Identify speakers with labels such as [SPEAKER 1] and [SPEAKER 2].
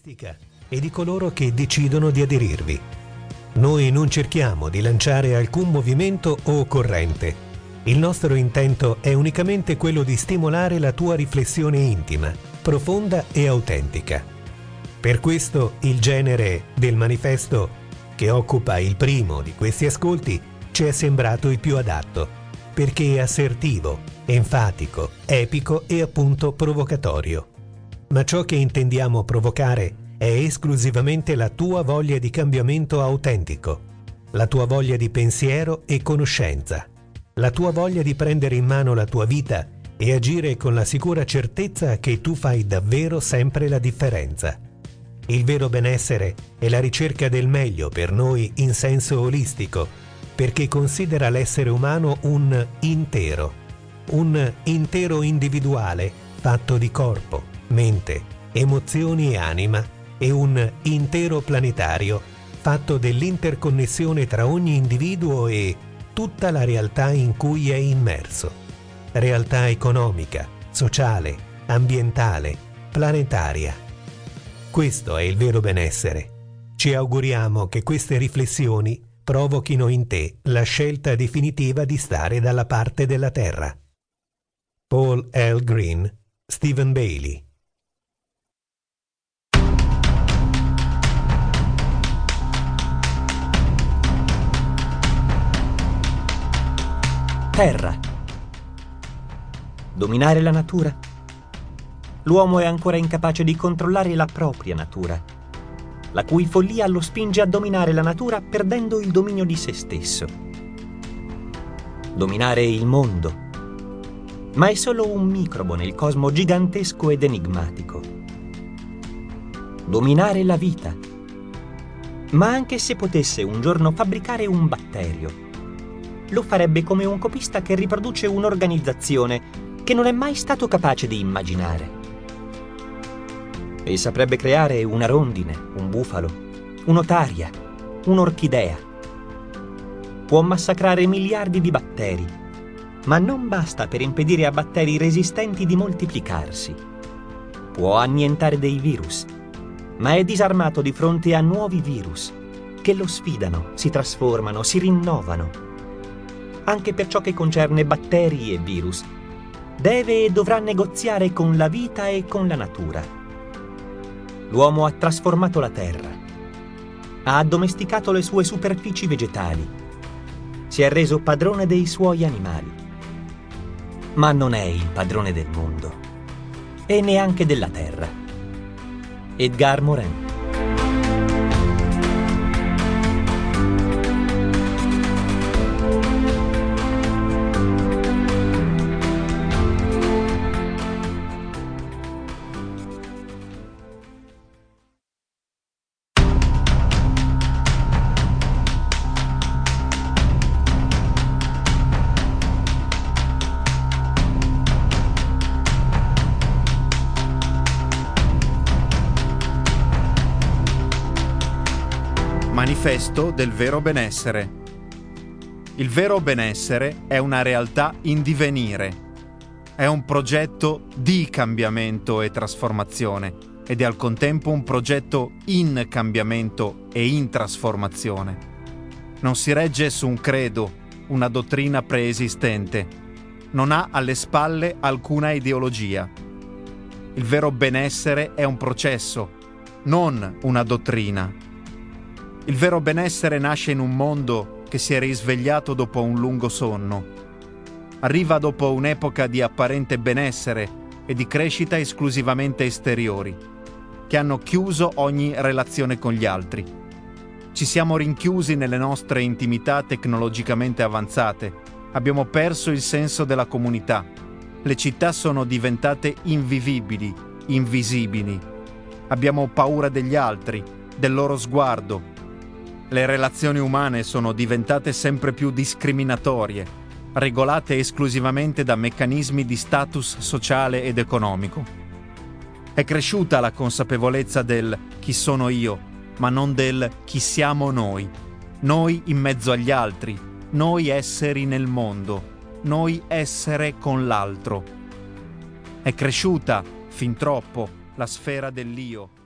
[SPEAKER 1] politica e di coloro che decidono di aderirvi. Noi non cerchiamo di lanciare alcun movimento o corrente. Il nostro intento è unicamente quello di stimolare la tua riflessione intima, profonda e autentica. Per questo il genere del manifesto, che occupa il primo di questi ascolti, ci è sembrato il più adatto, perché è assertivo, enfatico, epico e appunto provocatorio. Ma ciò che intendiamo provocare è esclusivamente la tua voglia di cambiamento autentico, la tua voglia di pensiero e conoscenza, la tua voglia di prendere in mano la tua vita e agire con la sicura certezza che tu fai davvero sempre la differenza. Il vero benessere è la ricerca del meglio per noi in senso olistico, perché considera l'essere umano un intero individuale fatto di corpo, mente, emozioni e anima, e un intero planetario fatto dell'interconnessione tra ogni individuo e tutta la realtà in cui è immerso. Realtà economica, sociale, ambientale, planetaria. Questo è il vero benessere. Ci auguriamo che queste riflessioni provochino in te la scelta definitiva di stare dalla parte della Terra. Paul L. Green, Stephen Bailey.
[SPEAKER 2] Terra. Dominare la natura? L'uomo è ancora incapace di controllare la propria natura, la cui follia lo spinge a dominare la natura perdendo il dominio di se stesso. Dominare il mondo. Ma è solo un microbo nel cosmo gigantesco ed enigmatico. Dominare la vita. Ma anche se potesse un giorno fabbricare un batterio, lo farebbe come un copista che riproduce un'organizzazione che non è mai stato capace di immaginare. E saprebbe creare una rondine, un bufalo, un'otaria, un'orchidea. Può massacrare miliardi di batteri, ma non basta per impedire a batteri resistenti di moltiplicarsi. Può annientare dei virus, ma è disarmato di fronte a nuovi virus che lo sfidano, si trasformano, si rinnovano. Anche per ciò che concerne batteri e virus, deve e dovrà negoziare con la vita e con la natura. L'uomo ha trasformato la terra, ha addomesticato le sue superfici vegetali, si è reso padrone dei suoi animali. Ma non è il padrone del mondo, e neanche della terra. Edgar Morin.
[SPEAKER 3] Manifesto del vero benessere. Il vero benessere è una realtà in divenire. È un progetto di cambiamento e trasformazione ed è al contempo un progetto in cambiamento e in trasformazione. Non si regge su un credo, una dottrina preesistente. Non ha alle spalle alcuna ideologia. Il vero benessere è un processo, non una dottrina. Il vero benessere nasce in un mondo che si è risvegliato dopo un lungo sonno. Arriva dopo un'epoca di apparente benessere e di crescita esclusivamente esteriori, che hanno chiuso ogni relazione con gli altri. Ci siamo rinchiusi nelle nostre intimità tecnologicamente avanzate. Abbiamo perso il senso della comunità. Le città sono diventate invivibili, invisibili. Abbiamo paura degli altri, del loro sguardo. Le relazioni umane sono diventate sempre più discriminatorie, regolate esclusivamente da meccanismi di status sociale ed economico. È cresciuta la consapevolezza del chi sono io, ma non del chi siamo noi. Noi in mezzo agli altri, noi esseri nel mondo, noi essere con l'altro. È cresciuta, fin troppo, la sfera dell'io.